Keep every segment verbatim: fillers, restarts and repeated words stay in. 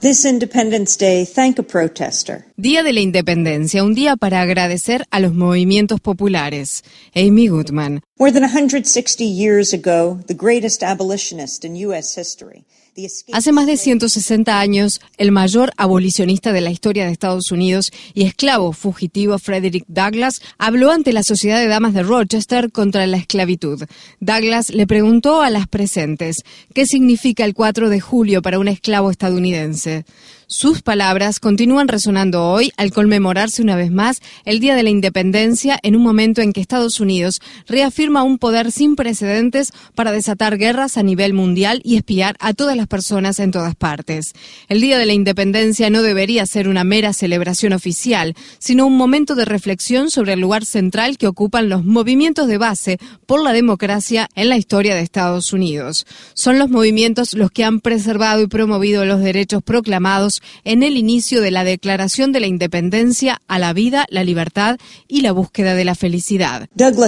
This Independence Day, thank a protester. Día de la Independencia, un día para agradecer a los movimientos populares. Amy Goodman. More than one hundred sixty years ago, the greatest abolitionist in U S history. Hace más de ciento sesenta años, el mayor abolicionista de la historia de Estados Unidos y esclavo fugitivo Frederick Douglass habló ante la Sociedad de Damas de Rochester contra la esclavitud. Douglass le preguntó a las presentes, ¿qué significa el cuatro de julio para un esclavo estadounidense? Sus palabras continúan resonando hoy al conmemorarse una vez más el Día de la Independencia en un momento en que Estados Unidos reafirma un poder sin precedentes para desatar guerras a nivel mundial y espiar a todas las personas en todas partes. El Día de la Independencia no debería ser una mera celebración oficial, sino un momento de reflexión sobre el lugar central que ocupan los movimientos de base por la democracia en la historia de Estados Unidos. Son los movimientos los que han preservado y promovido los derechos proclamados en el inicio de la Declaración de la Independencia a la vida, la libertad y la búsqueda de la felicidad.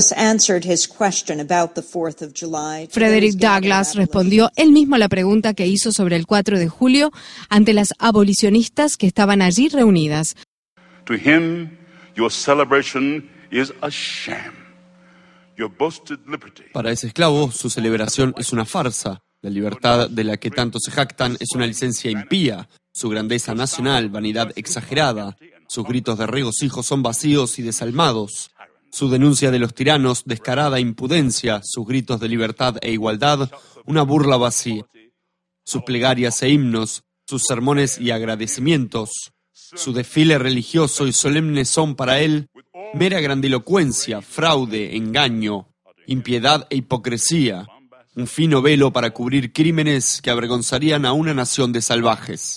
Frederick Douglass respondió él mismo a la pregunta que hizo sobre el cuatro de julio ante las abolicionistas que estaban allí reunidas. To him, your celebration is a sham. Your boasted liberty. Para ese esclavo, su celebración es una farsa. La libertad de la que tanto se jactan es una licencia impía. Su grandeza nacional, vanidad exagerada. Sus gritos de regocijo son vacíos y desalmados. Su denuncia de los tiranos, descarada impudencia. Sus gritos de libertad e igualdad, una burla vacía. Sus plegarias e himnos, sus sermones y agradecimientos. Su desfile religioso y solemne son para él mera grandilocuencia, fraude, engaño, impiedad e hipocresía. Un fino velo para cubrir crímenes que avergonzarían a una nación de salvajes.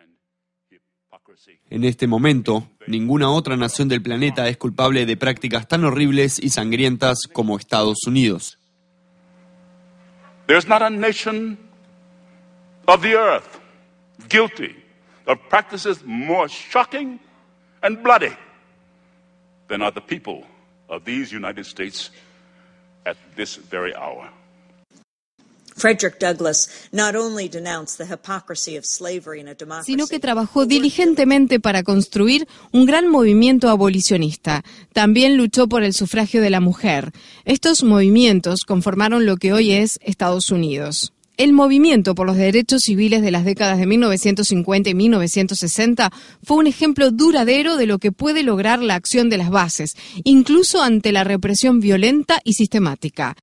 En este momento, ninguna otra nación del planeta es culpable de prácticas tan horribles y sangrientas como Estados Unidos. There's not a nation of the earth guilty of practices more shocking and bloody than are the people of these United States at this very hour. Frederick Douglass not only denounced the hypocrisy of slavery in a democracy, sino que trabajó diligentemente para construir un gran movimiento abolicionista. También luchó por el sufragio de la mujer. Estos movimientos conformaron lo que hoy es Estados Unidos. El movimiento por los derechos civiles de las décadas de mil novecientos cincuenta y mil novecientos sesenta fue un ejemplo duradero de lo que puede lograr la acción de las bases, incluso ante la represión violenta y sistemática.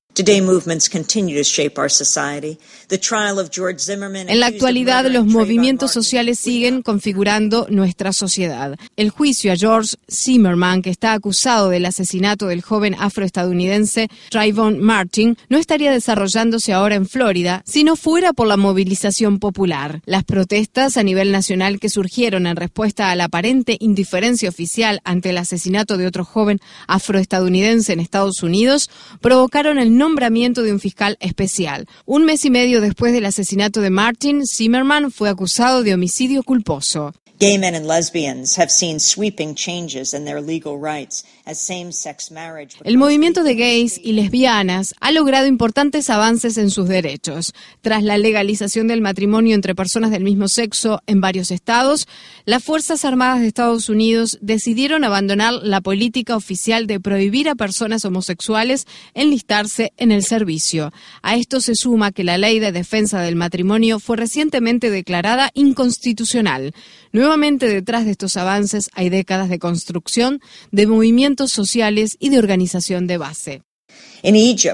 En la actualidad, los movimientos sociales siguen configurando nuestra sociedad. El juicio a George Zimmerman, que está acusado del asesinato del joven afroestadounidense Trayvon Martin, no estaría desarrollándose ahora en Florida si no fuera por la movilización popular. Las protestas a nivel nacional que surgieron en respuesta a la aparente indiferencia oficial ante el asesinato de otro joven afroestadounidense en Estados Unidos provocaron el nombramiento de un fiscal especial. Un mes y medio después del asesinato de Martin, Zimmerman fue acusado de homicidio culposo. Gay men and lesbians have seen sweeping changes in their legal rights as same-sex marriage. El movimiento de gays y lesbianas ha logrado importantes avances en sus derechos. Tras la legalización del matrimonio entre personas del mismo sexo en varios estados, las Fuerzas Armadas de Estados Unidos decidieron abandonar la política oficial de prohibir a personas homosexuales enlistarse en el servicio. A esto se suma que la Ley de Defensa del Matrimonio fue recientemente declarada inconstitucional. Nuevamente detrás de estos avances hay décadas de construcción, de movimientos sociales y de organización de base. En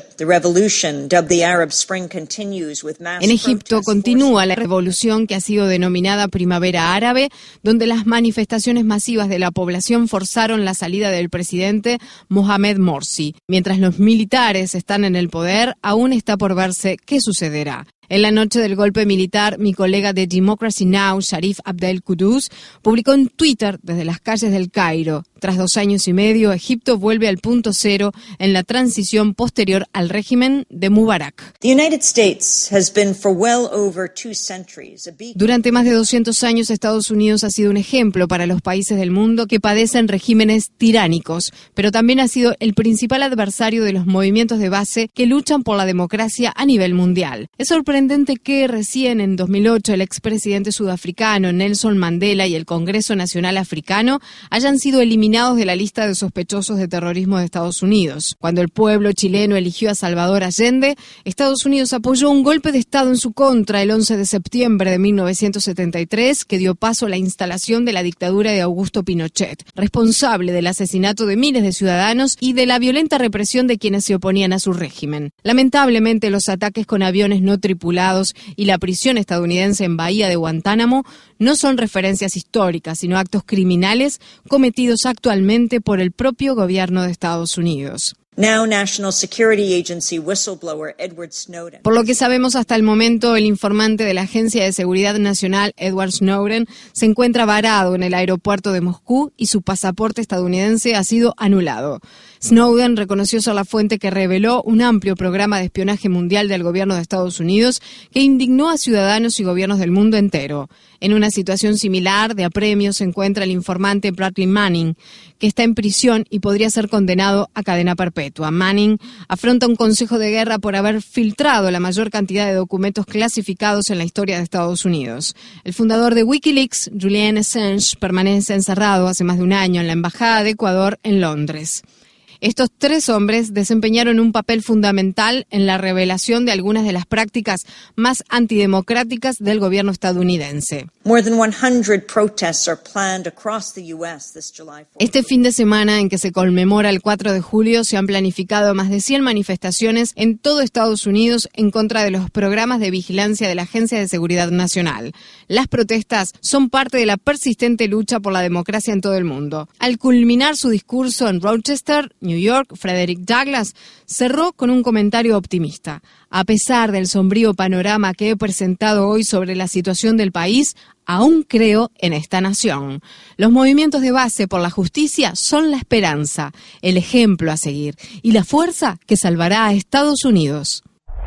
Egipto continúa la revolución que ha sido denominada Primavera Árabe, donde las manifestaciones masivas de la población forzaron la salida del presidente Mohamed Morsi. Mientras los militares están en el poder, aún está por verse qué sucederá. En la noche del golpe militar, mi colega de Democracy Now!, Sharif Abdel Kudus, publicó en Twitter desde las calles del Cairo: tras dos años y medio, Egipto vuelve al punto cero en la transición posterior al régimen de Mubarak. Durante más de doscientos años, Estados Unidos ha sido un ejemplo para los países del mundo que padecen regímenes tiránicos, pero también ha sido el principal adversario de los movimientos de base que luchan por la democracia a nivel mundial. Es sorprendente sorprendente que recién en dos mil ocho el expresidente sudafricano Nelson Mandela y el Congreso Nacional Africano hayan sido eliminados de la lista de sospechosos de terrorismo de Estados Unidos. Cuando el pueblo chileno eligió a Salvador Allende, Estados Unidos apoyó un golpe de Estado en su contra el once de septiembre de mil novecientos setenta y tres que dio paso a la instalación de la dictadura de Augusto Pinochet, responsable del asesinato de miles de ciudadanos y de la violenta represión de quienes se oponían a su régimen. Lamentablemente, los ataques con aviones no tripulados y la prisión estadounidense en Bahía de Guantánamo no son referencias históricas, sino actos criminales cometidos actualmente por el propio gobierno de Estados Unidos. Now National Security Agency whistleblower Edward Snowden. Por lo que sabemos hasta el momento, el informante de la Agencia de Seguridad Nacional, Edward Snowden, se encuentra varado en el aeropuerto de Moscú y su pasaporte estadounidense ha sido anulado. Snowden reconoció ser la fuente que reveló un amplio programa de espionaje mundial del gobierno de Estados Unidos que indignó a ciudadanos y gobiernos del mundo entero. En una situación similar de apremio se encuentra el informante Bradley Manning, que está en prisión y podría ser condenado a cadena perpetua. Manning afronta un consejo de guerra por haber filtrado la mayor cantidad de documentos clasificados en la historia de Estados Unidos. El fundador de Wikileaks, Julian Assange, permanece encerrado hace más de un año en la Embajada de Ecuador en Londres. Estos tres hombres desempeñaron un papel fundamental en la revelación de algunas de las prácticas más antidemocráticas del gobierno estadounidense. Este fin de semana en que se conmemora el cuatro de julio se han planificado más de cien manifestaciones en todo Estados Unidos en contra de los programas de vigilancia de la Agencia de Seguridad Nacional. Las protestas son parte de la persistente lucha por la democracia en todo el mundo. Al culminar su discurso en Rochester, New York, Frederick Douglass cerró con un comentario optimista. A pesar del sombrío panorama que he presentado hoy sobre la situación del país, aún creo en esta nación. Los movimientos de base por la justicia son la esperanza, el ejemplo a seguir y la fuerza que salvará a Estados Unidos.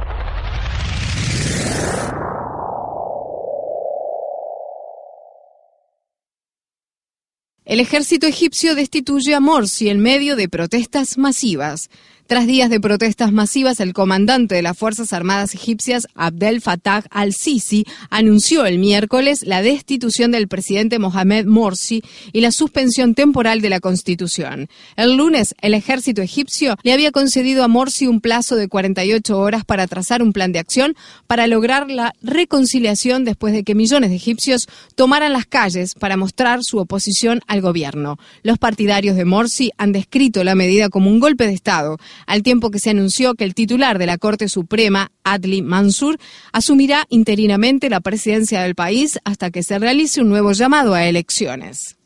El ejército egipcio destituye a Morsi en medio de protestas masivas. Tras días de protestas masivas, el comandante de las Fuerzas Armadas egipcias, Abdel Fattah al-Sisi, anunció el miércoles la destitución del presidente Mohamed Morsi y la suspensión temporal de la Constitución. El lunes, el ejército egipcio le había concedido a Morsi un plazo de cuarenta y ocho horas para trazar un plan de acción para lograr la reconciliación después de que millones de egipcios tomaran las calles para mostrar su oposición al gobierno. Los partidarios de Morsi han descrito la medida como un golpe de Estado, al tiempo que se anunció que el titular de la Corte Suprema, Adli Mansur, asumirá interinamente la presidencia del país hasta que se realice un nuevo llamado a elecciones.